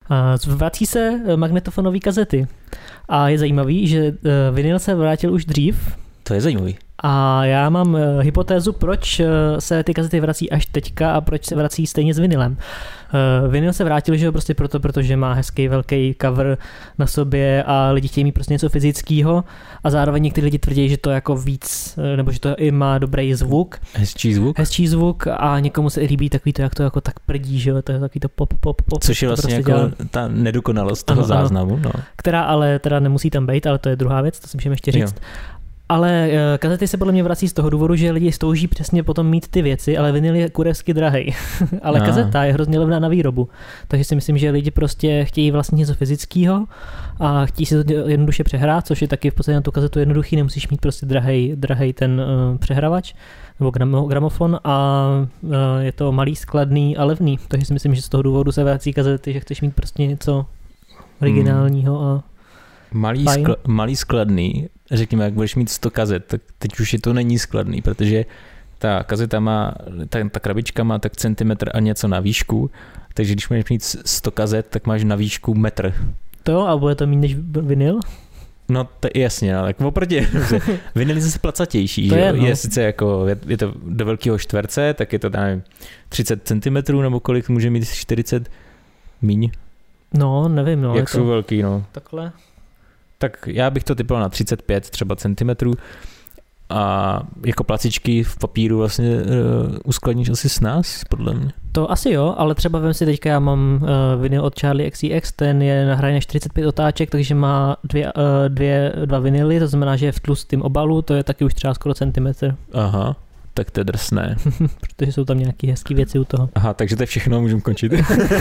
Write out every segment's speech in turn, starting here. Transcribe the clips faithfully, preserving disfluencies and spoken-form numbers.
Vrací se magnetofonové kazety. A je zajímavý, že vinyl se vrátil už dřív. To je zajímavý. A já mám hypotézu, proč se ty kazety vrací až teďka a proč se vrací stejně s vinylem. Vinyl se vrátil, že jo, prostě proto, protože má hezký velký cover na sobě a lidi chtějí mít prostě něco fyzického a zároveň někteří lidi tvrdí, že to jako víc, nebo že to i má dobrý zvuk. Hezčí zvuk. Hezčí zvuk a někomu se i líbí takový to, jak to jako tak prdí, že jo, to je takový to pop, pop, pop. Což je vlastně prostě jako dělá. Ta nedokonalost toho ano, záznamu. No. Která ale teda nemusí tam být, ale to je druhá věc, to si můžeme ještě říct. Jo. Ale kazety se podle mě vrací z toho důvodu, že lidi stouží přesně potom mít ty věci, ale vinyl je kurevsky drahej. Ale no. Kazeta je hrozně levná na výrobu. Takže si myslím, že lidi prostě chtějí vlastně něco fyzického a chtějí si to jednoduše přehrát, což je taky v podstatě na tu kazetu jednoduchý, nemusíš mít prostě drahej, drahej ten uh, přehrávač nebo gram, gramofon a uh, je to malý, skladný a levný. Takže si myslím, že z toho důvodu se vrací kazety, že chceš mít prostě něco originálního a malý, skl- malý skladný. Řekněme, jak budeš mít sto kazet, tak teď už je to není skladný, protože ta kazeta má, ta, ta krabička má tak centimetr a něco na výšku, takže když máš mít sto kazet, tak máš na výšku metr. To a bude to mít než vinyl? No to je jasně, ale jako oproti vinyl je zase placatější, že je, no. Je sice jako, je, je to do velkého čtverce, tak je to nevím, třicet centimetrů, nebo kolik může mít čtyřicet míň? No, nevím, no. Jak jsou to velký, no. Takhle. Tak já bych to typoval na třicet pět třeba centimetrů a jako placičky v papíru vlastně uh, uskladníš asi s nás, podle mě. To asi jo, ale třeba vem si teďka, já mám uh, vinyl od Charlie X C X, ten je nahraný na čtyřicet pět otáček, takže má dvě, uh, dvě, dva vinyly, to znamená, že je v tlustém obalu, to je taky už třeba skoro centimetr. Aha. Tak to je drsné. Protože jsou tam nějaké hezké věci u toho. Aha, takže to je všechno, můžeme končit.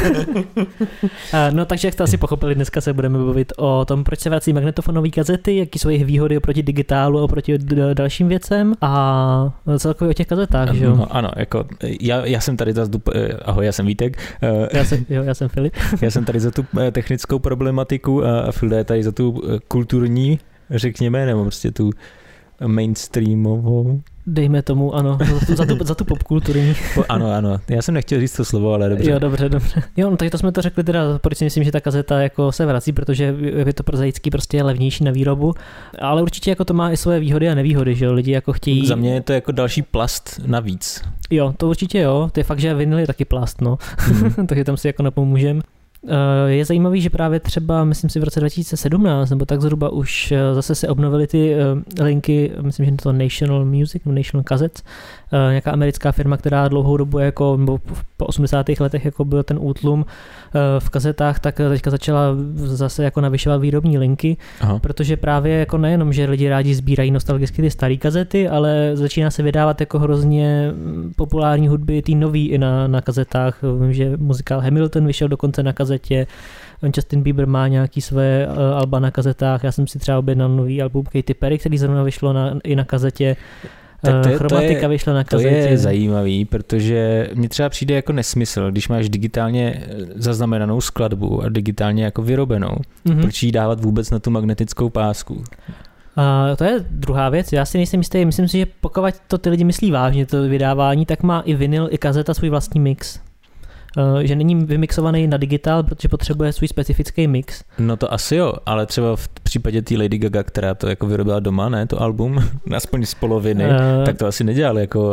No takže jak jste asi pochopili, dneska se budeme bavit o tom, proč se vrací magnetofonové kazety, jaký jsou jejich výhody oproti digitálu, oproti dalším věcem a celkově o těch kazetách, že jo? No, ano, jako já, já jsem tady za tu, ahoj, já jsem Vítek. Já jsem, jo, já jsem Filip. Já jsem tady za tu technickou problematiku a Filda je tady za tu kulturní, řekněme, nebo prostě tu mainstreamovou. Dejme tomu, ano, za tu, za tu popkulturní. Ano, ano, já jsem nechtěl říct to slovo, ale dobře. Jo, dobře, dobře. Jo, no, takže to jsme to řekli teda, proč si myslím, že ta kazeta jako se vrací, protože je to prozaicky prostě levnější na výrobu, ale určitě jako to má i svoje výhody a nevýhody, že jo, lidi jako chtějí. Za mě je to jako další plast navíc. Jo, to určitě jo, to je fakt, že vinyl je taky plast, no, mm. takže tam si jako napomůžem. Je zajímavý, že právě třeba, myslím si v roce dva tisíce sedmnáct, nebo tak zhruba už zase se obnovily ty linky, myslím, že to National Music, National Cassettes, nějaká americká firma, která dlouhou dobu, jako, nebo po osmdesátých letech jako byl ten útlum v kazetách, tak teďka začala zase jako navyšovat výrobní linky, aha. Protože právě jako nejenom, že lidi rádi sbírají nostalgicky ty staré kazety, ale začíná se vydávat jako hrozně populární hudby, ty nový i na, na kazetách. Vím, že muzikál Hamilton vyšel dokonce na kazetě, Justin Bieber má nějaký své alba na kazetách, já jsem si třeba objednal nový album Katy Perry, který zrovna vyšlo na, i na kazetě. Tak to je, Chromatika to je, vyšla na kazetě. To je zajímavý, protože mi třeba přijde jako nesmysl, když máš digitálně zaznamenanou skladbu a digitálně jako vyrobenou, mm-hmm. proč ji dávat vůbec na tu magnetickou pásku? Uh, to je druhá věc, já si nejsem jistý, myslím si, že pokud to ty lidi myslí vážně, to vydávání, tak má i vinyl, i kazeta svůj vlastní mix. Uh, že není vymixovaný na digitál, protože potřebuje svůj specifický mix. No to asi jo, ale třeba v případě té Lady Gaga, která to jako vyrobila doma, ne, to album, aspoň z poloviny, uh, tak to asi nedělal jako uh,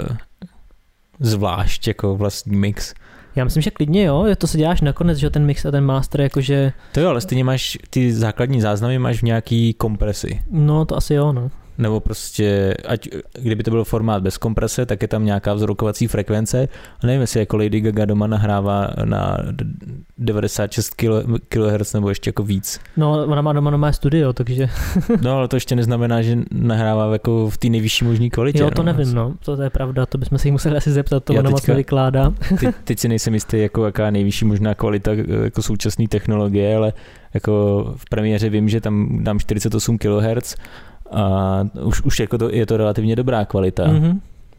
zvlášť jako vlastní mix. Já myslím, že klidně jo, to se děláš nakonec, že ten mix a ten master, jakože... To jo, ale stejně máš ty základní záznamy, máš v nějaký kompresi. No to asi jo, no. Nebo prostě, ať kdyby to byl formát bez komprese, tak je tam nějaká vzorkovací frekvence. A nevím, jestli jako Lady Gaga doma nahrává na devadesát šest kilohertzů nebo ještě jako víc. No, ona má doma doma studio, takže... No, ale to ještě neznamená, že nahrává jako v té nejvyšší možné kvalitě. Jo, to no. nevím, no. To je pravda, to bychom se jí museli asi zeptat, to ona moc nevykládá. Teď, teď si nejsem jistý, jako jaká nejvyšší možná kvalita jako současné technologie, ale jako v premiéře vím, že tam dám čtyřicet osm kilohertzů a už, už jako to, je to relativně dobrá kvalita. Mm-hmm.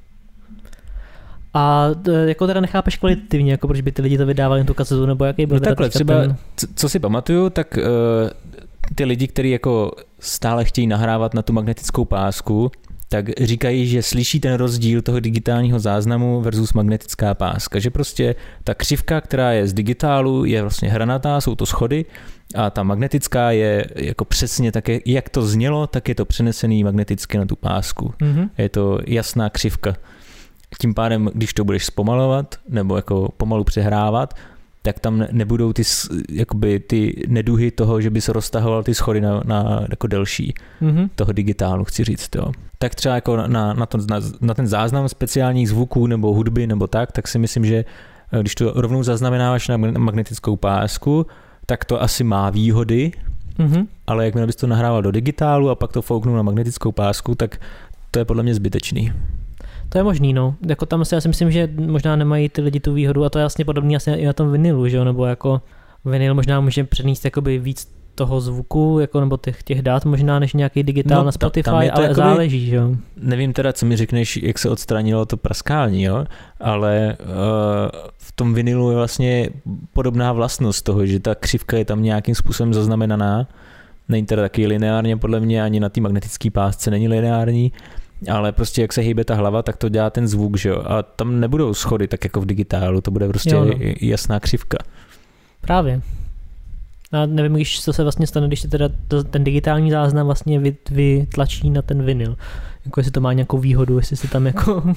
A jako teda nechápeš kvalitativně, jako proč by ty lidi to vydávali na tu kazetu, nebo jaký byl no teda takhle, třeba, ten... co, co si pamatuju, tak uh, ty lidi, kteří jako stále chtějí nahrávat na tu magnetickou pásku, tak říkají, že slyší ten rozdíl toho digitálního záznamu versus magnetická páska, že prostě ta křivka, která je z digitálu, je vlastně hranatá, jsou to schody a ta magnetická je jako přesně tak, jak to znělo, tak je to přenesený magneticky na tu pásku. Mm-hmm. Je to jasná křivka. Tím pádem, když to budeš zpomalovat nebo jako pomalu přehrávat, tak tam nebudou ty, jakoby, ty neduhy toho, že by se roztahoval ty schody na, na jako delší mm-hmm. toho digitálu, chci říct. Jo. Tak třeba jako na, na, to, na, na ten záznam speciálních zvuků nebo hudby nebo tak, tak si myslím, že když to rovnou zaznamenáváš na magnetickou pásku, tak to asi má výhody, mm-hmm. ale jakmile bys to nahrával do digitálu a pak to fouknul na magnetickou pásku, tak to je podle mě zbytečný. To je možný, no. Jako tam si, já si myslím, že možná nemají ty lidi tu výhodu a to je jasně podobný asi i na tom vinilu, že jo, nebo jako vinyl možná může přenést jakoby víc toho zvuku, jako nebo těch, těch dát možná, než nějaký digitál no, na Spotify, ale jakoby, záleží, že jo. Nevím teda, co mi řekneš, jak se odstranilo to praskání, jo, ale uh, v tom vinilu je vlastně podobná vlastnost toho, že ta křivka je tam nějakým způsobem zaznamenaná, není teda taky lineárně podle mě, ani na té magnetické pásce není lineární, ale prostě jak se hýbe ta hlava, tak to dělá ten zvuk, že jo. A tam nebudou schody tak jako v digitálu, to bude prostě jo, no. jasná křivka. Právě. A nevím, když co se vlastně stane, když se teda to, ten digitální záznam vlastně vy, vytlačí na ten vinyl. Jako jestli to má nějakou výhodu, jestli se tam jako...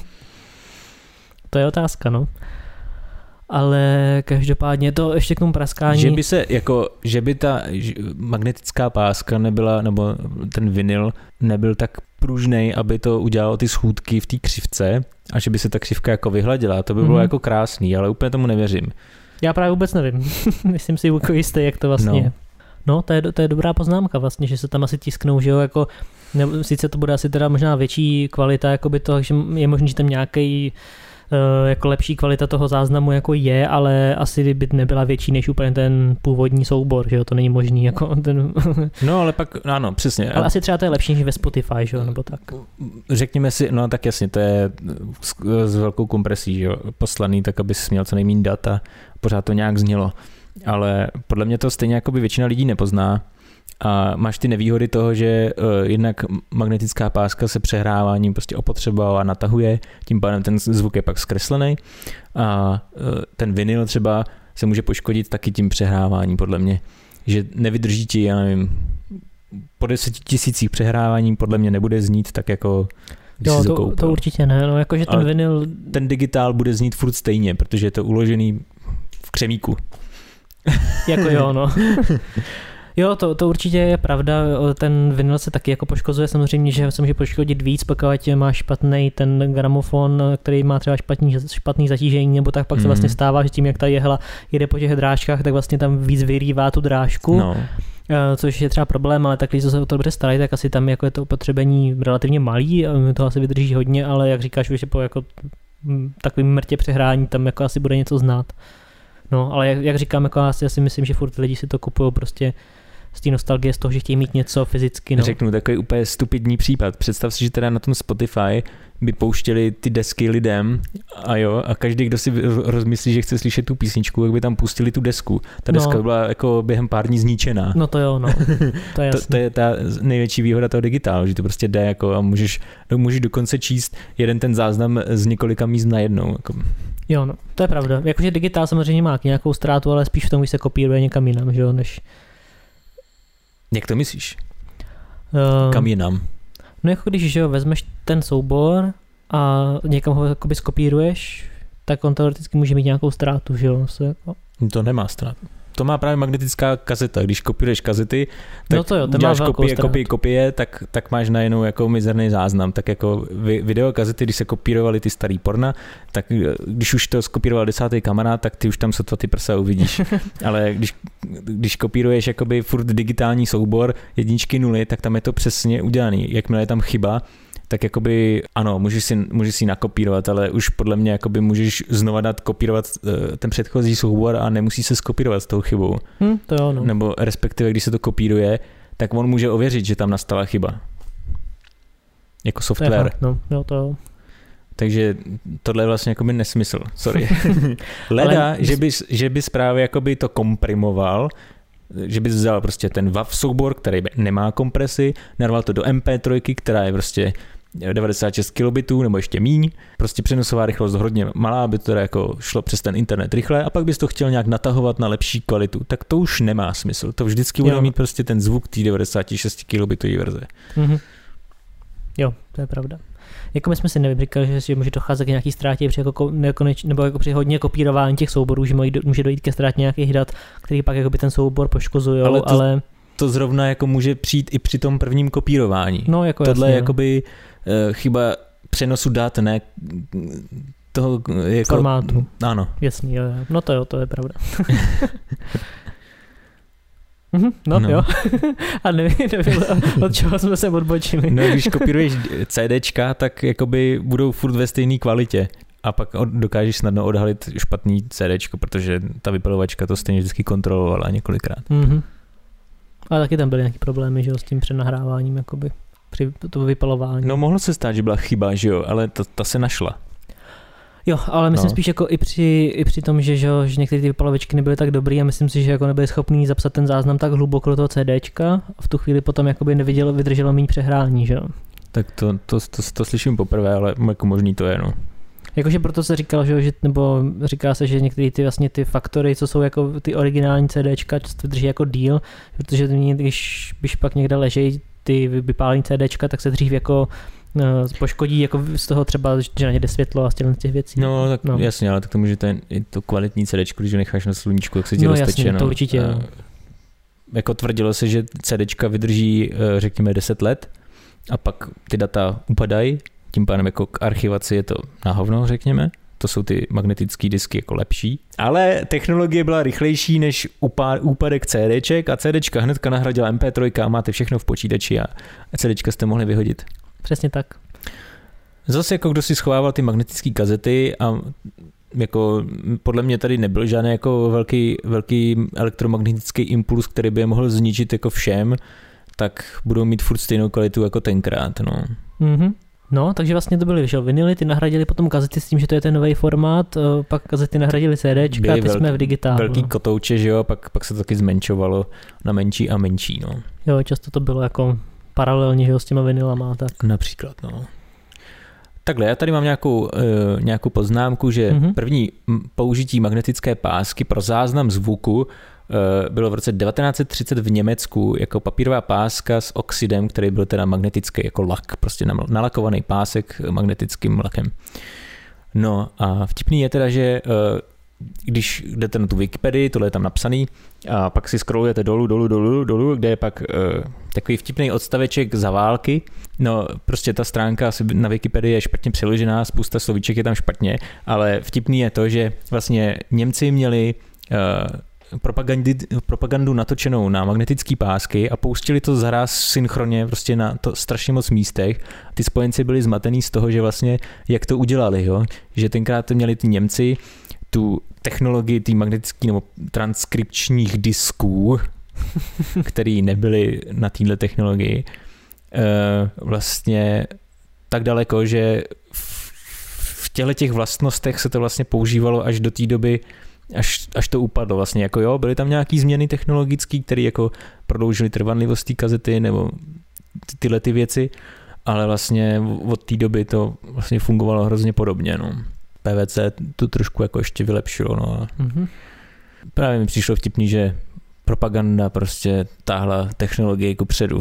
to je otázka, no. Ale každopádně to ještě k tomu praskání... Že by se jako, že by ta magnetická páska nebyla, nebo ten vinyl nebyl tak pružnej, aby to udělalo ty schůdky v té křivce a že by se ta křivka jako vyhladila, to by bylo mm-hmm. jako krásný, ale úplně tomu nevěřím. Já právě vůbec nevím. Myslím si jako jistý, jak to vlastně no. je. No, to je, to je dobrá poznámka vlastně, že se tam asi tisknou, že jo, jako, ne, sice to bude asi teda možná větší kvalita, jakoby to, že je možný, že tam nějaký uh, jako lepší kvalita toho záznamu jako je, ale asi by nebyla větší než úplně ten původní soubor, že jo, to není možný, jako ten... No, ale pak, ano, přesně. Ale asi třeba to je lepší než ve Spotify, že jo, nebo tak. Řekněme si, no tak jasně, to je s, s velkou kompresí, že jo, poslaný, tak abys měl co nejméně data, pořád to nějak znělo. Ale podle mě to stejně jako by většina lidí nepozná a máš ty nevýhody toho, že uh, jednak magnetická páska se přehráváním prostě opotřebovala a natahuje, tím pádem ten zvuk je pak zkreslený a uh, ten vinyl třeba se může poškodit taky tím přehráváním podle mě, že nevydrží ti, já nevím, po deseti tisících přehrávání podle mě nebude znít tak jako když jo, si to, to, to určitě ne, no jakože ten ale vinyl... ten digitál bude znít furt stejně, protože je to uložený v křemíku. Jako jo, no. Jo, to, to určitě je pravda, ten vinyl se taky jako poškozuje, samozřejmě, že se může poškodit víc, pokud má špatný ten gramofon, který má třeba špatný, špatný zatížení, nebo tak pak mm. se vlastně stává, že tím, jak ta jehla jede po těch drážkách, tak vlastně tam víc vyrývá tu drážku. No. Což je třeba problém, ale tak když se o to dobře starají, tak asi tam jako je to upotřebení relativně malý, to asi vydrží hodně, ale jak říkáš, že po jako takovým mrtě přehrání tam jako asi bude něco znát. No, ale jak, jak říkám, jako asi, asi myslím, že furt lidi si to kupují prostě z té nostalgie, z toho, že chtějí mít něco fyzicky. No. Řeknu takový úplně stupidní případ. Představ si, že teda na tom Spotify by pouštěli ty desky lidem a jo, a každý, kdo si rozmyslí, že chce slyšet tu písničku, jak by tam pustili tu desku. Ta deska no. byla jako během pár dní zničená. No to jo, no. To je, to, to je ta největší výhoda toho digitálu, že to prostě jde jako a můžeš, můžeš dokonce číst jeden ten záznam z několika míst najednou. Jako. Jo, no, to je pravda. Jakože digitál samozřejmě má nějakou ztrátu, ale spíš v tom, když se kopíruje někam jinam, že jo, než... Jak to myslíš? Um, Kam jinam? No jako když, že jo, vezmeš ten soubor a někam ho jakoby skopíruješ, tak on teoreticky může mít nějakou ztrátu, že jo? Se jako... To nemá ztrátu. To má právě magnetická kazeta. Když kopíruješ kazety, tak no to jo, děláš kopie, kopie, kopie, tak, tak máš najednou jako mizerný záznam. Tak jako videokazety, když se kopírovaly ty starý porna, tak když už to skopíroval desátý kamarád, tak ty už tam sotva ty prsa uvidíš. Ale když, když kopíruješ jakoby furt digitální soubor jedničky nuly, tak tam je to přesně udělaný. Jakmile je tam chyba, tak jakoby ano, můžeš si, můžeš si nakopírovat, ale už podle mě jakoby můžeš znova dát kopírovat ten předchozí soubor a nemusí se skopírovat s tou chybou. Hm, to jo, no. Nebo respektive, když se to kopíruje, tak on může ověřit, že tam nastala chyba. Jako software. Fakt, no, jo, to jo. Takže tohle je vlastně jakoby nesmysl, sorry. Leda, ale... že, bys, že bys právě jakoby to komprimoval, že bys vzal prostě ten W A V soubor, který nemá kompresi, narval to do em pé tři, která je prostě devadesát šest kilobitů nebo ještě míň, prostě přenosová rychlost hodně malá, aby to teda jako šlo přes ten internet rychle a pak bys to chtěl nějak natahovat na lepší kvalitu, tak to už nemá smysl. To vždycky bude mít prostě ten zvuk té devadesát šest kilobitové verze. Mm-hmm. Jo, to je pravda. Jako my jsme si nevybrikali, že, že může docházet k nějaký ztrátě při jako nekoneč, nebo jako při hodně kopírování těch souborů, že může dojít ke ztrátě nějakých dat, který pak jako by ten soubor poškozují, ale, to, ale... to zrovna jako může přijít i při tom prvním kopírování. No, jako tohle jasně, je jakoby uh, chyba přenosu dat, ne toho jako... formátu. Ano. Jasný, jo, jo. No to jo, to je pravda. Mm-hmm, no, no jo. A nevím, nevím, od čeho jsme se odbočili. No, když kopíruješ CDčka, tak jakoby budou furt ve stejné kvalitě. A pak dokážeš snadno odhalit špatný CDčko, protože ta vypalovačka to stejně vždycky kontrolovala několikrát. Mm-hmm. Ale taky tam byly nějaký problémy, že jo, s tím přenahráváním, jakoby, při to vypalování. No, mohlo se stát, že byla chyba, že jo, ale ta, ta se našla. Jo, ale myslím no. spíš jako i při, i při tom, že, že, že některé ty vypalovačky nebyly tak dobrý a myslím si, že jako nebyli schopný zapsat ten záznam tak hluboko do toho CDčka a v tu chvíli potom jakoby nevidělo, vydrželo méně přehrání, že jo. Tak to, to, to, to slyším poprvé, ale jako možný to je, no. Jakože proto se říkalo, že, nebo říká se, že některé ty vlastně ty faktory, co jsou jako ty originální CDčka, často drží jako díl, protože když, když pak někde leží ty vypálený CDčka, tak se dřív jako poškodí jako z toho třeba, že na ně jde světlo a z těch věcí. No, tak no. Jasně, ale tak to může ten, i to kvalitní CDčko, když ho necháš na sluníčku, jak se ti no, rozteče. Jasně, no, to určitě. A, jako tvrdilo se, že CDčka vydrží, řekněme, deset let a pak ty data upadají, tím pádem jako k archivaci je to na hovno, řekněme. To jsou ty magnetické disky jako lepší. Ale technologie byla rychlejší než úpadek CDček a CDčka hnedka nahradila em pé tři a máte všechno v počítači a CDčka jste mohli vyhodit. Přesně tak. Zase jako kdo si schovával ty magnetické kazety a jako podle mě tady nebyl žádný jako velký, velký elektromagnetický impuls, který by je mohl zničit jako všem, tak budou mít furt stejnou kvalitu jako tenkrát. No. Mm-hmm. No, takže vlastně to byly že, vinily, ty nahradili potom kazety s tím, že to je ten nový formát, pak kazety nahradili CDčka a ty velký, jsme v digitálu. Velký no. kotouče, že jo, pak, pak se to taky zmenšovalo na menší a menší, no. Jo, často to bylo jako paralelně, že jo, s těma vinylama, tak. Například, no. Takhle, já tady mám nějakou, uh, nějakou poznámku, že mm-hmm. první použití magnetické pásky pro záznam zvuku uh, bylo v roce devatenáct set třicet v Německu jako papírová páska s oxidem, který byl teda magnetický jako lak, prostě nalakovaný pásek magnetickým lakem. No a vtipný je teda, že uh, když jdete na tu Wikipedii, tohle je tam napsaný, a pak si scrollujete dolů, dolů, dolů, dolů, kde je pak uh, takový vtipný odstaveček za války. No, prostě ta stránka na Wikipedii je špatně přeložená, spousta slovíček je tam špatně, ale vtipný je to, že vlastně Němci měli uh, propagandu natočenou na magnetické pásky a pouštili to zaraz synchronně prostě na to strašně moc místech. Ty spojenci byli zmatený z toho, že vlastně jak to udělali, jo? Že tenkrát to měli ty Němci tu technologii tý magnetický nebo transkripčních disků, které nebyly na téhle technologii, vlastně tak daleko, že v těchto těch vlastnostech se to vlastně používalo až do té doby, až, až to upadlo vlastně, jako jo, byly tam nějaký změny technologické, které jako prodloužily trvanlivost té kazety nebo ty, tyhle ty věci, ale vlastně od té doby to vlastně fungovalo hrozně podobně, no. P V C to trošku jako ještě vylepšilo, no. Mm-hmm. Právě mi přišlo vtipný, že propaganda prostě táhla technologii kupředu.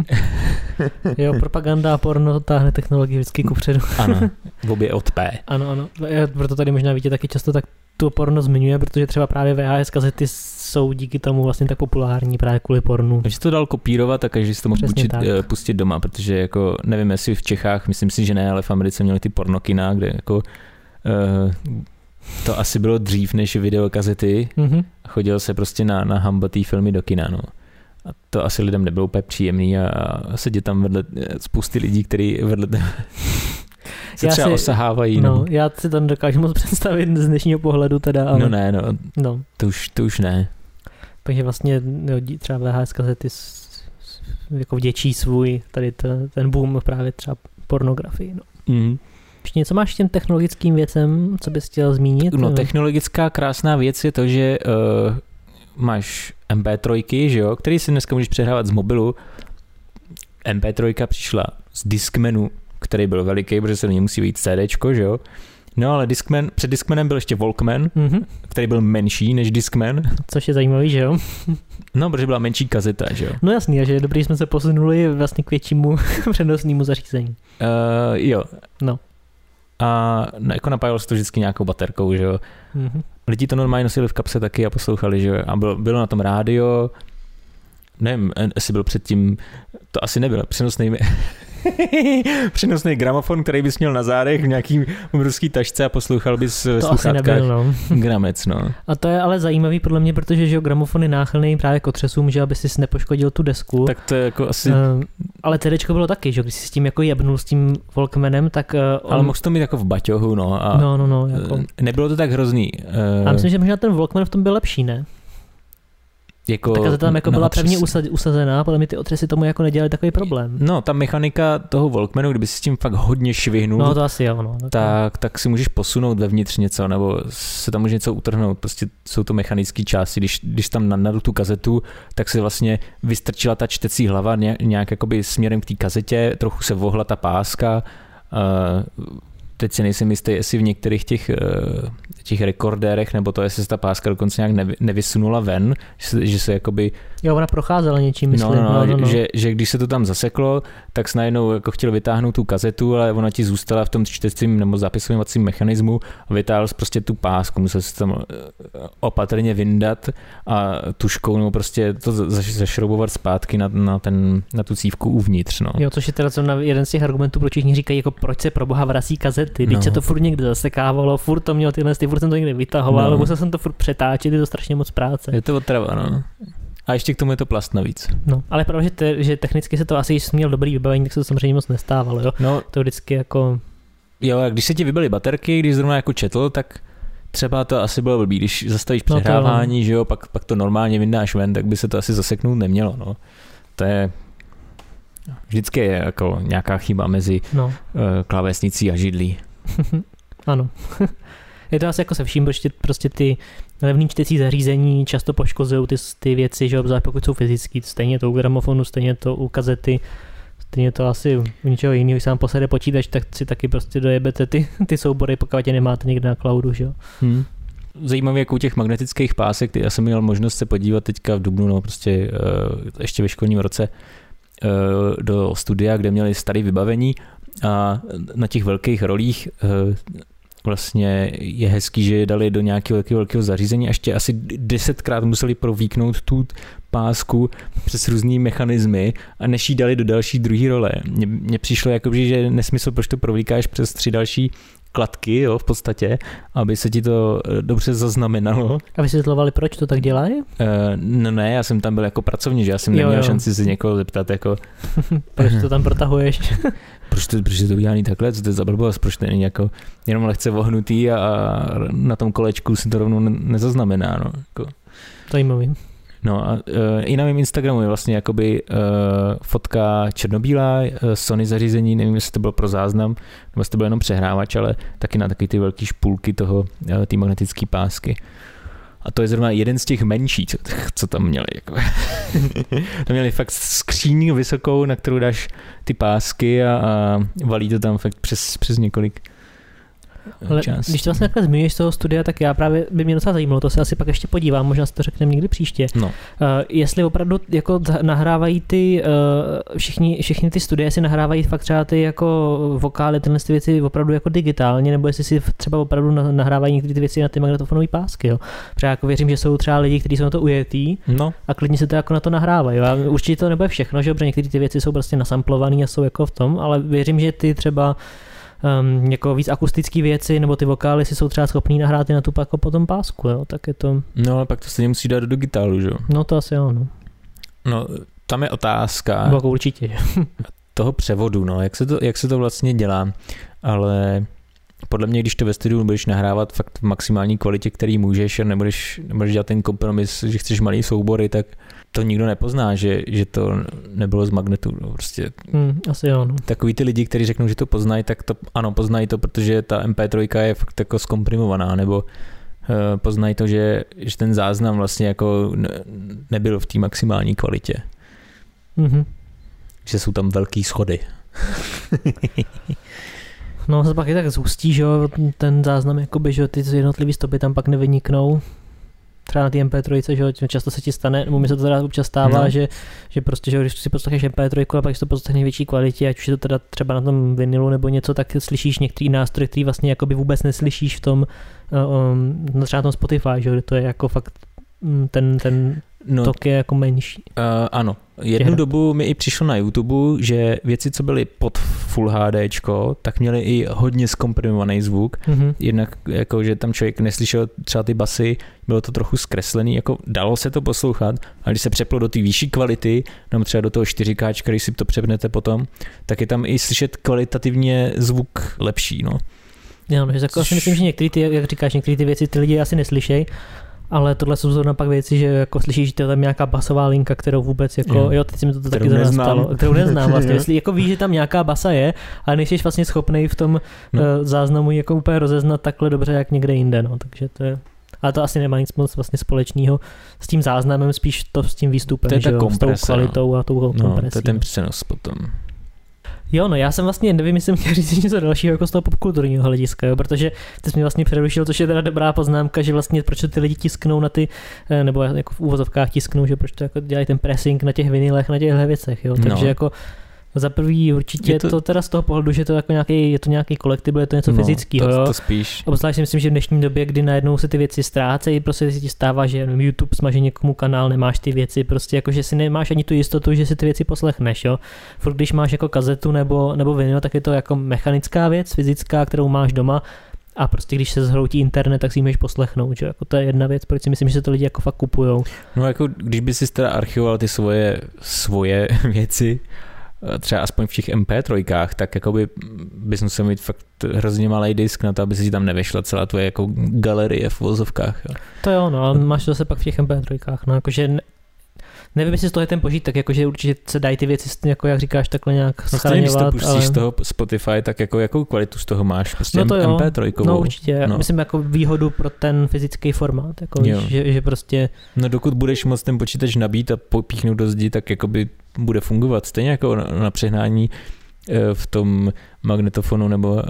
Jo, propaganda a porno táhne technologii vždycky kupředu. Ano, v obě od P. Ano, ano. Proto tady možná víte taky často tak tu porno zmiňuje, protože třeba právě V H S kazety jsou díky tomu vlastně tak populární právě kvůli pornu. Takže to dal kopírovat a každý si to mohl pustit, pustit doma, protože jako nevím, jestli v Čechách, myslím si, že ne, ale v Americe měli ty pornokina, kde jako uh, to asi bylo dřív než videokazety. Mm-hmm. Chodil se prostě na, na hambatý filmy do kina, no. A to asi lidem nebylo úplně příjemný a, a sedět tam vedle spousty lidí, kteří vedle se já třeba si, osahávají. No, nebo... já si to dokážu moc představit z dnešního pohledu teda, ale... No ne, no, no. To, už, to už ne. Takže vlastně jo, třeba V H S kazety jako vděčí svůj tady to, ten boom právě třeba pornografii, no. Mm. Ještě něco máš těm technologickým věcem, co bys chtěl zmínit? No, technologická krásná věc je to, že uh, máš em pé tři, že jo, který si dneska můžeš přehrávat z mobilu. em pé tři přišla z Discmanu který byl veliký, protože se do něj musí být CDčko, že jo. No ale Discman, před Discmanem byl ještě Walkman, mm-hmm. který byl menší než Discman. Což je zajímavý, že jo? No, protože byla menší kazeta, že jo? No jasný, že je dobrý, jsme se posunuli vlastně k většímu přenosnému zařízení. Uh, jo. No. A jako napájalo se to vždycky nějakou baterkou, že jo? Mm-hmm. Lidi to normálně nosili v kapse taky a poslouchali, že jo? A bylo, bylo na tom rádio, nevím, jestli byl předtím, to asi nebyl, přenosný, přenosný gramofon, který bys měl na zádech v nějaký ruský tašce a poslouchal bys v sluchátkách no. Gramec, no. A to je ale zajímavý podle mě, protože že jo, gramofon je náchylný právě k otřesům, že aby si nepoškodil tu desku. Tak to je jako asi... Uh, ale CDčko bylo taky, že když si s tím jako jebnul s tím Walkmanem, tak... Uh, on... Ale mohl to mít jako v baťohu, no. A no, no, no. Jako... Nebylo to tak hrozný. Uh... A myslím, že možná ten Walkman v tom byl lepší, ne? Jako tak tam jako byla pevně usazená, podle mě ty otřesy tomu jako nedělali takový problém. No, ta mechanika toho Walkmanu, kdyby si s tím fakt hodně švihnul, no, to asi jo, no, tak, tak, tak si můžeš posunout vevnitř něco, nebo se tam může něco utrhnout. Prostě jsou to mechanické části. Když, když tam nadal tu kazetu, tak se vlastně vystrčila ta čtecí hlava nějak, nějak jakoby směrem k té kazetě, trochu se vohla ta páska. Uh, teď si nejsem jistý, jestli v některých těch, těch rekordérech, nebo to, jestli se ta páska dokonce nějak nevy, nevysunula ven, že se, že se jakoby... Jo, ona procházela něčím, myslím. No, no, no, no, no. Že, že když se to tam zaseklo, tak jsi najednou jako chtěl vytáhnout tu kazetu, ale ona ti zůstala v tom čtecím nebo zapisovacím mechanismu a vytáhl jsi prostě tu pásku, musel se tam opatrně vyndat a tuškou nebo prostě to zašroubovat zpátky na, na, ten, na tu cívku uvnitř. No. Jo, což je teda co na jeden z těch argumentů, proč všichni říkají, jako proč se pro boha vrací kazety, když no. se to furt někde zasekávalo, furt to mělo tyhle, furt jsem to někde vytahoval, no. musel jsem to furt přetáčet, je to strašně moc práce. Je to otrava, no. A ještě k tomu je to plast navíc. No, ale pravda, že, te, že technicky se to asi, když jsi měl dobrý vybavení, tak se to samozřejmě moc nestávalo, jo? No, to vždycky jako... Jo, a když se ti vybily baterky, když zrovna jako četl, tak třeba to asi bylo blbý, když zastavíš přehrávání, no že jo, pak, pak to normálně vyndáš ven, tak by se to asi zaseknout nemělo, no. To je... Vždycky je jako nějaká chyba mezi no. uh, klávesnicí a židlí. Ano. Je to asi jako se vším, protože prostě ty levný čtecí zařízení často poškozují ty, ty věci, že obzvlášť pokud jsou fyzický, stejně to u gramofonu, stejně to u kazety, stejně to asi u ničeho jiného, když sám posede počítač, tak si taky prostě dojebete ty, ty soubory, pokud tě nemáte někde na cloudu, že jo. Hmm. Zajímavé, jako u těch magnetických pásek, já jsem měl možnost se podívat teďka v dubnu, no prostě uh, ještě ve školním roce uh, do studia, kde měli staré vybavení a na těch velkých rolích uh, vlastně je hezký, že je dali do nějakého velkého, velkého zařízení a ještě asi desetkrát museli províknout tu pásku přes různý mechanismy a než jí dali do další druhý role. Mně, mně přišlo jako, že je nesmysl, proč to províkáš přes tři další kladky, jo, v podstatě, aby se ti to dobře zaznamenalo. A vysvětlovali, proč to tak dělají? Uh, no ne, já jsem tam byl jako pracovník, že já jsem jo, neměl jo. šanci se někoho zeptat, jako... Proč to tam protahuješ? proč, to, proč je to udělaný takhle, co to je za blbost, proč to není jako jenom lehce vohnutý a, a na tom kolečku si to rovnou ne, nezaznamená, no. Jako. Zajímavý. No a uh, i na mém Instagramu je vlastně jakoby uh, fotka černobílá, uh, Sony zařízení, nevím, jestli to bylo pro záznam, nebo jestli to bylo jenom přehrávač, ale taky na taky ty velký špůlky toho, uh, ty magnetické pásky. A to je zrovna jeden z těch menších, co, co tam měli. Jako. Tam měli fakt skříň vysokou, na kterou dáš ty pásky a, a valí to tam fakt přes, přes několik Ale čas. Když to vlastně takhle zmiňuješ z toho studia, tak já právě by mě docela zajímalo, to se asi pak ještě podívám, možná si to řekneme někdy příště. No. Uh, jestli opravdu jako nahrávají ty, uh, všichni, všichni ty studie, jestli nahrávají fakt třeba ty jako vokály, tyhle ty věci opravdu jako digitálně, nebo jestli si třeba opravdu nahrávají některé ty věci na ty magnetofonové pásky. Jo. Protože jako věřím, že jsou třeba lidi, kteří jsou na to ujetý no. a klidně se to jako na to nahrávají. A určitě to nebude všechno, že? Protože některé ty věci jsou prostě nasamplované a jsou jako v tom, ale věřím, že ty třeba Um, jako víc akustické věci, nebo ty vokály si jsou třeba schopný nahrát i na tu jako potom pásku, jo, tak je to... No ale pak to stejně musí dát do digitálu, že jo? No to asi jo, no. No, tam je otázka... No, jako určitě, že? Toho převodu, no, jak se to, jak se to vlastně dělá, ale podle mě, když to ve studiu budeš nahrávat fakt v maximální kvalitě, který můžeš a nebudeš, nebudeš dělat ten kompromis, že chceš malý soubory, tak to nikdo nepozná, že, že to nebylo z magnetu. No, prostě. Hmm, asi jo. No. Takový ty lidi, kteří řeknou, že to poznají, tak to ano, poznají to, protože ta em pé tři je fakt jako zkomprimovaná, nebo uh, poznají to, že, že ten záznam vlastně jako ne, nebyl v té maximální kvalitě. Mm-hmm. Že jsou tam velký schody. No se pak je tak zhustí, že jo, ten záznam, jakoby, že ty jednotlivý stopy tam pak nevyniknou. Třeba na té em pé tři, že jo, často se ti stane, nebo mi se to teda občas stává, no. že, že prostě, že když si poslechneš em pé tři a pak si to poslechneš největší kvalitě, ať už je to teda třeba na tom vinilu nebo něco, tak slyšíš některý nástroj, který vlastně jakoby vůbec neslyšíš v tom, um, třeba na tom Spotify, že jo, to je jako fakt ten, ten no, tok je jako menší. Uh, ano, jednu Těhra. dobu mi i přišlo na YouTube, že věci, co byly pod Full HDčko, tak měly i hodně zkomprimovaný zvuk, mm-hmm. jednak jako, že tam člověk neslyšel třeba ty basy, bylo to trochu zkreslený, jako dalo se to poslouchat, a když se přeplo do té vyšší kvality, nebo třeba do toho čtyři ká, když si to přepnete potom, tak je tam i slyšet kvalitativně zvuk lepší, no. Já, no, že jako si myslím, že některé ty, jak říkáš, některé ty věci ty lidi asi neslyšejí, ale tohle jsou zrovna pak věci, že jako slyšíš, že to je tam nějaká basová linka, kterou vůbec jako, jo, jo teď si mi to, to taky nastalo, kterou neznám vlastně, jestli jako víš, že tam nějaká basa je, ale nejsi vlastně schopnej v tom no. uh, záznamu jako úplně rozeznat takhle dobře, jak někde jinde, no, takže to je, ale to asi nemá nic moc vlastně společného s tím záznamem, spíš to s tím výstupem, to je že jo, komprese, s tou kvalitou a tou kompresí. No, to je ten přenos potom. Jo, no já jsem vlastně, nevím, jestli jsem chtěl říct něco dalšího jako z toho popkulturního hlediska, jo, protože ty jsi mě vlastně přerušil, což je teda dobrá poznámka, že vlastně proč ty lidi tisknou na ty, nebo jako v úvozovkách tisknou, že proč to jako dělají ten pressing na těch vinilech, na těchto věcech, jo, takže no. jako za prvý určitě je to, to teda z toho pohledu, že to jako nějaký, je to nějaký kolektibil, je to něco no, fyzického, to, jo. To spíš. Obzvlášť si myslím, že v dnešní době, kdy najednou se ty věci ztrácejí, prostě si ti stává, že YouTube smaží někomu kanál, nemáš ty věci, prostě jako, že si nemáš ani tu jistotu, že si ty věci poslechneš, jo. Furt když máš jako kazetu nebo, nebo vinyl, tak je to jako mechanická věc, fyzická, kterou máš doma. A prostě když se zhroutí internet, tak si ji můžeš poslechnout, že jako to je jedna věc, proč si myslím, že se to lidi jako fakt kupujou. No jako když by si teda archivoval ty svoje, svoje věci, třeba aspoň v těch em pé tři, tak jakoby bys musel mít fakt hrozně malý disk na to, aby si tam nevešla celá tvoje jako galerie v vozovkách. Jo. To jo, no, ale máš to zase pak v těch em pé tři, no, jakože ne, nevím, jestli z toho je ten požitek, jakože určitě se dají ty věci, jako jak říkáš, takhle nějak schraňovat. No, když to pustíš ale... z toho Spotify, tak jako jakou kvalitu z toho máš? Prostě no to jo, em pé tři. No určitě, no. Myslím jako výhodu pro ten fyzický formát, jako víš, že, že prostě... No dokud budeš moct ten počítač nabít a popíchnout do zdi, tak jakoby bude fungovat. Stejně jako na, na přehnání v tom magnetofonu nebo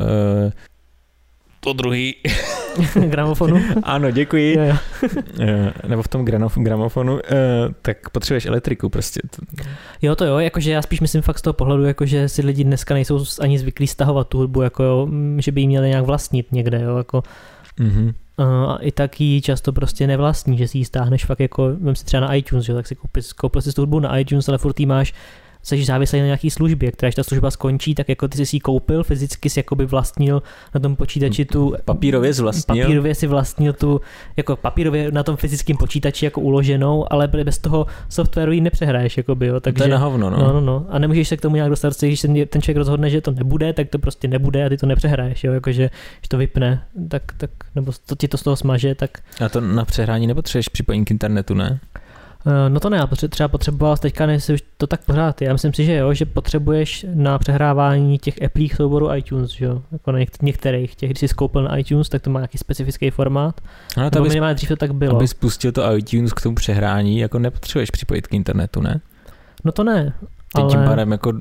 to druhý. Gramofonu? Ano, děkuji. Jo, jo. Nebo v tom granof- gramofonu, tak potřebuješ elektriku prostě. Jo, to jo, jakože já spíš myslím fakt z toho pohledu, jakože si lidi dneska nejsou ani zvyklí stahovat tu hudbu, jako jo, že by ji měli nějak vlastnit někde, jo, jako. Mm-hmm. A i tak ji často prostě nevlastní, že si ji stáhneš fakt jako, vem si třeba na iTunes, že, tak si koupil, koupil si tu hudbu na iTunes, ale furt jí máš, jsi závislý na nějaký službě, která, když ta služba skončí, tak jako ty jsi si ji koupil, fyzicky si jakoby vlastnil na tom počítači tu... Papírově zvlastnil. Papírově si vlastnil tu, jako papírově na tom fyzickém počítači jako uloženou, ale bez toho softwaru ji nepřehraješ, jakoby, jo, takže... To je na hovno, no. No, no, no. A nemůžeš se k tomu nějak dostat, když se ten člověk rozhodne, že to nebude, tak to prostě nebude a ty to nepřehraješ, jo, jakože, když to vypne, tak, tak, nebo to, ti to z toho smaže, tak... A to na přehrání nepotřebuješ připojení k internetu, ne? No to ne, třeba potřeboval teďka, nejsi už to tak pořád. Já myslím si, že jo, že potřebuješ na přehrávání těch Appleích souborů iTunes, že jo, jako na některých těch, když jsi skoupil na iTunes, tak to má nějaký specifický formát. No, nebo minimálně dřív to tak bylo. Aby spustil to iTunes k tomu přehrání, jako nepotřebuješ připojit k internetu, ne? No to ne, Teď ale... tím pádem jako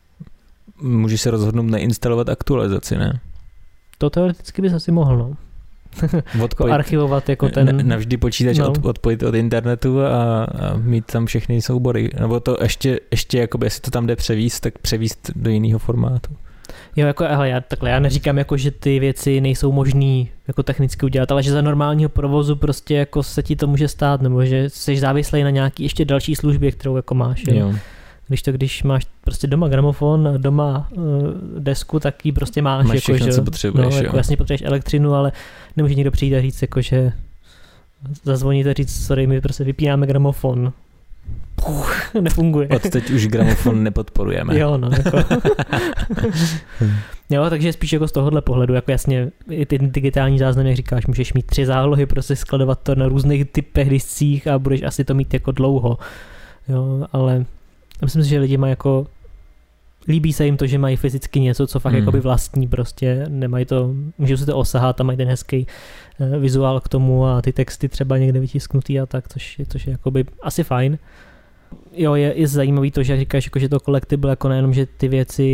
můžeš se rozhodnout neinstalovat aktualizaci, ne? To teoreticky bys asi mohl, no. Odpojit, archivovat jako ten... Navždy počítač no. od, odpojit od internetu a, a mít tam všechny soubory. Nebo to ještě, ještě jakoby, jestli to tam jde převíst, tak převíst do jiného formátu. Jo, jako, hele, já, takhle, já neříkám, jako, že ty věci nejsou možný jako technicky udělat, ale že za normálního provozu prostě jako se ti to může stát, nebo že jsi závislý na nějaký ještě další službě, kterou jako máš. Jo. Jo. Když to, když máš prostě doma gramofon, doma uh, desku, tak ji prostě máš. Máš jako, všechno, že, co potřebuješ. No, jako jasně potřebuješ elektřinu, ale nemůže někdo přijít a říct, jako, že zazvonit a říct, sorry, my prostě vypínáme gramofon. Puch, nefunguje. Od teď už gramofon nepodporujeme. Jo, no. Jako. Jo, takže spíš jako z tohohle pohledu, jako jasně, i ty digitální záznamy, jak říkáš, můžeš mít tři zálohy, prostě skladovat to na různých typech discích a budeš asi to mít jako dlouho. Jo, ale myslím si, že lidi mají jako, líbí se jim to, že mají fyzicky něco, co fakt hmm. jakoby vlastní prostě, nemají to, můžou si to osahat a mají ten hezký uh, vizuál k tomu a ty texty třeba někde vytisknutý a tak, což je, což je jakoby asi fajn. Jo, je, je zajímavý to, že jak říkáš, jako, že to collectible, jako nejenom, že ty věci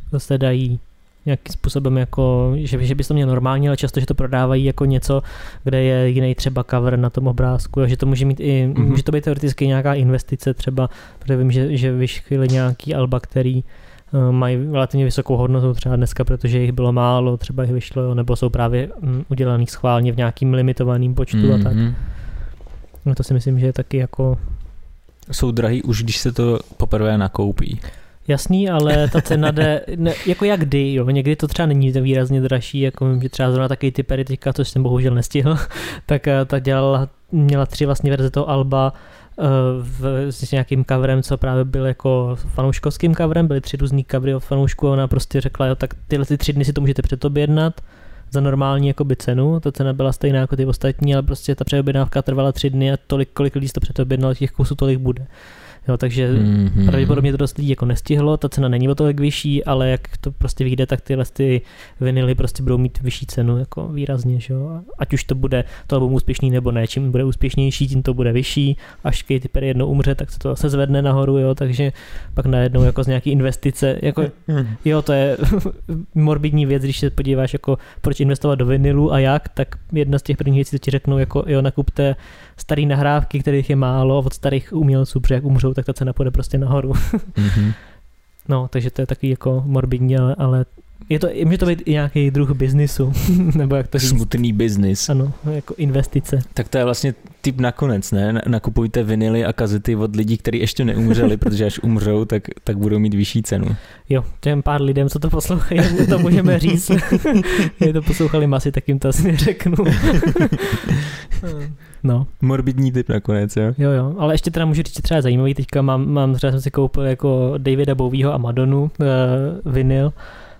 zase dají nějakým způsobem jako, že, že bys to měl normálně, ale často, že to prodávají jako něco, kde je jiný třeba cover na tom obrázku, že to může mít i, mm-hmm. může to být teoreticky nějaká investice třeba, protože vím, že, že vyšly nějaký alba, který uh, mají relativně vysokou hodnotu třeba dneska, protože jich bylo málo, třeba jich vyšlo, nebo jsou právě um, udělaný schválně v nějakým limitovaným počtu mm-hmm. a tak. No to si myslím, že je taky jako... Jsou drahý už, když se to poprvé nakoupí. Jasný, ale ta cena jde, ne, jako jak kdy, jo, někdy to třeba není výrazně dražší, jako že třeba zrovna taky ty peritika, což jsem bohužel nestihl, tak ta dělala, měla tři vlastně verze toho alba v, s nějakým coverem, co právě byl jako fanouškovským coverem, byly tři různý covery od fanoušků a ona prostě řekla, jo, tak tyhle ty tři dny si to můžete předobjednat za normální jakoby cenu, ta cena byla stejná jako ty ostatní, ale prostě ta předobjednávka trvala tři dny a tolik, kolik lidí to předobjednalo, těch kusů tolik bude. Jo, takže mm-hmm. pravděpodobně to dost lidí jako nestihlo, ta cena není o tolik vyšší, ale jak to prostě vyjde, tak tyhle ty vinily prostě budou mít vyšší cenu jako výrazně, že jo? Ať už to bude to album úspěšný nebo ne, čím bude úspěšnější, tím to bude vyšší, až Katy Perry jednou umře, tak se to se zvedne nahoru, jo, takže pak najednou jako z nějaký investice, jako jo, to je morbidní věc, když se podíváš jako proč investovat do vinilu a jak, tak jedna z těch prvních věcí, co ti řeknou, jako jo, nakupte starý nahrávky, kterých je málo od starých umělců, protože jak umřou, tak ta cena půjde prostě nahoru. Mm-hmm. No, takže to je taky jako morbidní, ale, ale je to, může to být i nějaký druh biznisu, nebo jak to říct. Smutný biznis. Ano, jako investice. Tak to je vlastně tip nakonec, ne? Nakupujte vinily a kazety od lidí, kteří ještě neumřeli, protože až umřou, tak, tak budou mít vyšší cenu. Jo, těm pár lidem, co to poslouchají, to můžeme říct. Kdyby to poslouchali masy, tak jim to asi neřeknu. No. Morbidní typ nakonec, jo? Jo, jo, ale ještě teda můžu říct třeba zajímavý, teďka mám, mám třeba jsem si koupil jako Davida Bowieho a Madonu uh, vinyl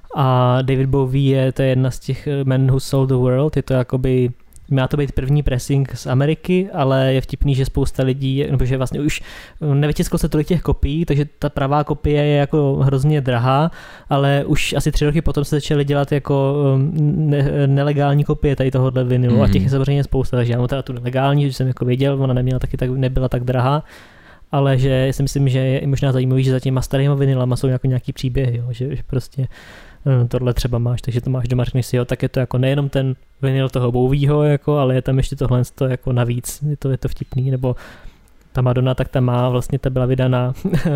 a David Bowie je, to je jedna z těch Men Who Sold the World, je to jakoby, má to být první pressing z Ameriky, ale je vtipný, že spousta lidí, nebo že vlastně už nevytisklo se tolik těch kopií, takže ta pravá kopie je jako hrozně drahá, ale už asi tři roky potom se začaly dělat jako ne, nelegální kopie tady tohohle vinylu mm. a těch je samozřejmě spousta, takže já mám teda tu nelegální, že jsem jako věděl, ona neměla taky tak, nebyla tak drahá, ale že si myslím, že je možná zajímavý, že za těma starýma vinylama jsou jako nějaký příběhy, jo, že, že prostě tohle třeba máš, takže to máš doma, řekneš si, jo, tak je to jako nejenom ten vinyl toho Bowieho, jako, ale je tam ještě tohle to jako navíc, je to, je to vtipný, nebo ta Madonna, tak ta má, vlastně ta byla vydaná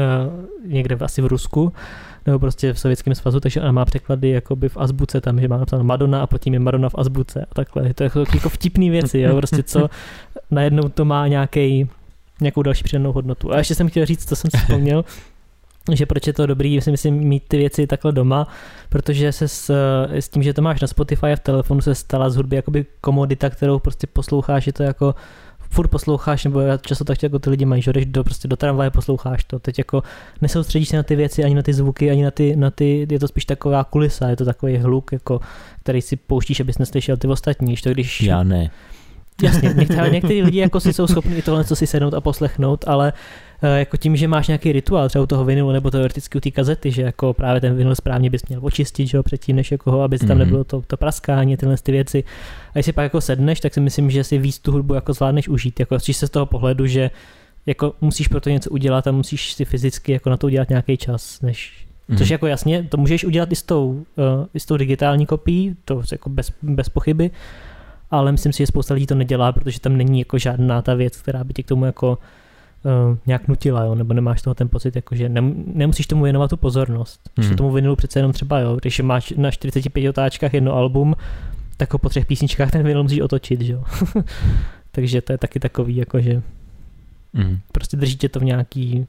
někde asi v Rusku, nebo prostě v Sovětském svazu, takže ona má překlady jakoby v azbuce, tam, že má napsáno Madonna a potom je Madonna v azbuce a takhle, to je jako vtipný věci, jo, prostě co najednou to má nějaký, nějakou další přidanou hodnotu. A ještě jsem chtěl říct, co jsem si vzpomněl, že proč je to dobrý, si myslím, mít ty věci takhle doma, protože se s, s tím, že to máš na Spotify a v telefonu, se stala z hudby jakoby komodita, kterou prostě posloucháš, je to jako furt posloucháš, nebo často tak jako ty lidi mají, že jdeš do, prostě do tramvaje, posloucháš to, teď jako nesoustředíš se na ty věci, ani na ty zvuky, ani na ty, na ty, je to spíš taková kulisa, je to takový hluk, jako, který si pouštíš, abys neslyšel ty ostatní, to když... Já ne. Jasně, některé, některý lidi jako si jsou schopni tohle co si sednout a poslechnout, ale jako tím, že máš nějaký rituál třeba u toho vinylu nebo teoreticky u té kazety, že jako právě ten vinyl správně bys měl očistit, že jo, předtím, než jako ho, aby tam nebylo to, to praskání, tyhle ty věci. A když si pak jako sedneš, tak si myslím, že si víc tu hudbu jako zvládneš užít, jako se z toho pohledu, že jako musíš pro to něco udělat a musíš si fyzicky jako na to udělat nějaký čas, než mm. což jako jasně, to můžeš udělat i s tou, uh, i s tou digitální kopií, to jako bez, bez pochyby, ale myslím si, že spousta lidí to nedělá, protože tam není jako žádná ta věc, která by tě k tomu jako uh, nějak nutila, jo? Nebo nemáš toho ten pocit, jako, že nem, nemusíš tomu věnovat tu pozornost. Hmm. Když tomu vinylu přece jenom třeba, jo? Když máš na čtyřiceti pěti otáčkách jedno album, tak ho po třech písničkách ten vinyl musíš otočit, jo? Takže to je taky takový, jako, že hmm. prostě držíte to v nějaký,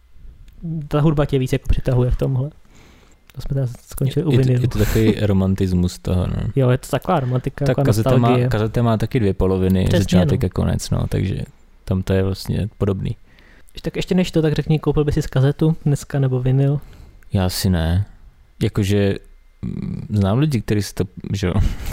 ta hudba tě víc jako přitahuje v tomhle. To jsme teda skončili u je, vinylu. Je to takový romantismus toho, no. Jo, je to taková romantika, tak kazeta má, kazeta má taky dvě poloviny, přesně, začátek no. a konec, no, takže tam to je vlastně podobný. Tak ještě než to, tak řekni, koupil by si z kazetu dneska nebo vinyl? Já si ne. Jakože znám lidi, kteří si to, že jo.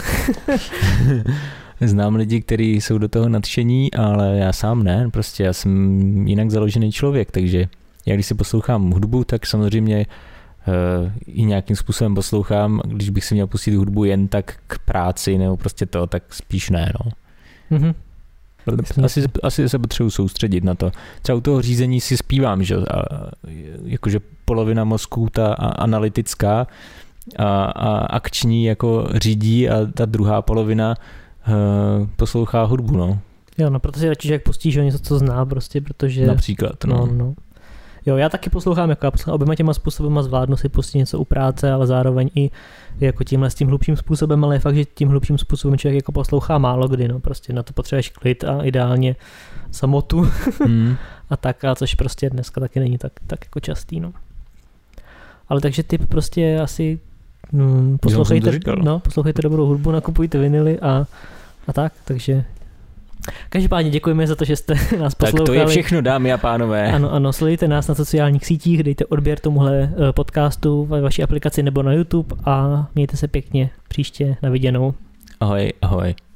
Znám lidi, kteří jsou do toho nadšení, ale já sám ne, prostě já jsem jinak založený člověk, takže já když si poslouchám hudbu, tak samozřejmě Uh, i nějakým způsobem poslouchám, když bych si měl pustit hudbu jen tak k práci nebo prostě to, tak spíš ne, no. Mm-hmm. Asi, asi se potřebuji soustředit na to. Třeba u toho řízení si zpívám, že a, jakože polovina mozku, ta analytická, a, a akční jako řídí a ta druhá polovina uh, poslouchá hudbu, no. Jo, no, protože radši člověk pustí, že něco, co zná prostě, protože... Například, no. no, no. Jo, já taky poslouchám, jako já poslouchám oběma těma způsobama, zvládnu si pustit něco u práce, ale zároveň i jako tímhle s tím hlubším způsobem, ale je fakt, že tím hlubším způsobem člověk jako poslouchá málo kdy, no, prostě na to potřebuješ klid a ideálně samotu mm. a tak, a což prostě dneska taky není tak, tak jako častý, no. Ale takže typ prostě asi no, poslouchejte, no, poslouchejte dobrou hudbu, nakupujte vinily a, a tak, takže každopádně děkujeme za to, že jste nás poslouchali. Tak to je všechno, dámy a pánové. Ano, ano, sledujte nás na sociálních sítích, dejte odběr tomuhle podcastu ve vaší aplikaci nebo na YouTube a mějte se pěkně příště, na viděnou. Ahoj, ahoj.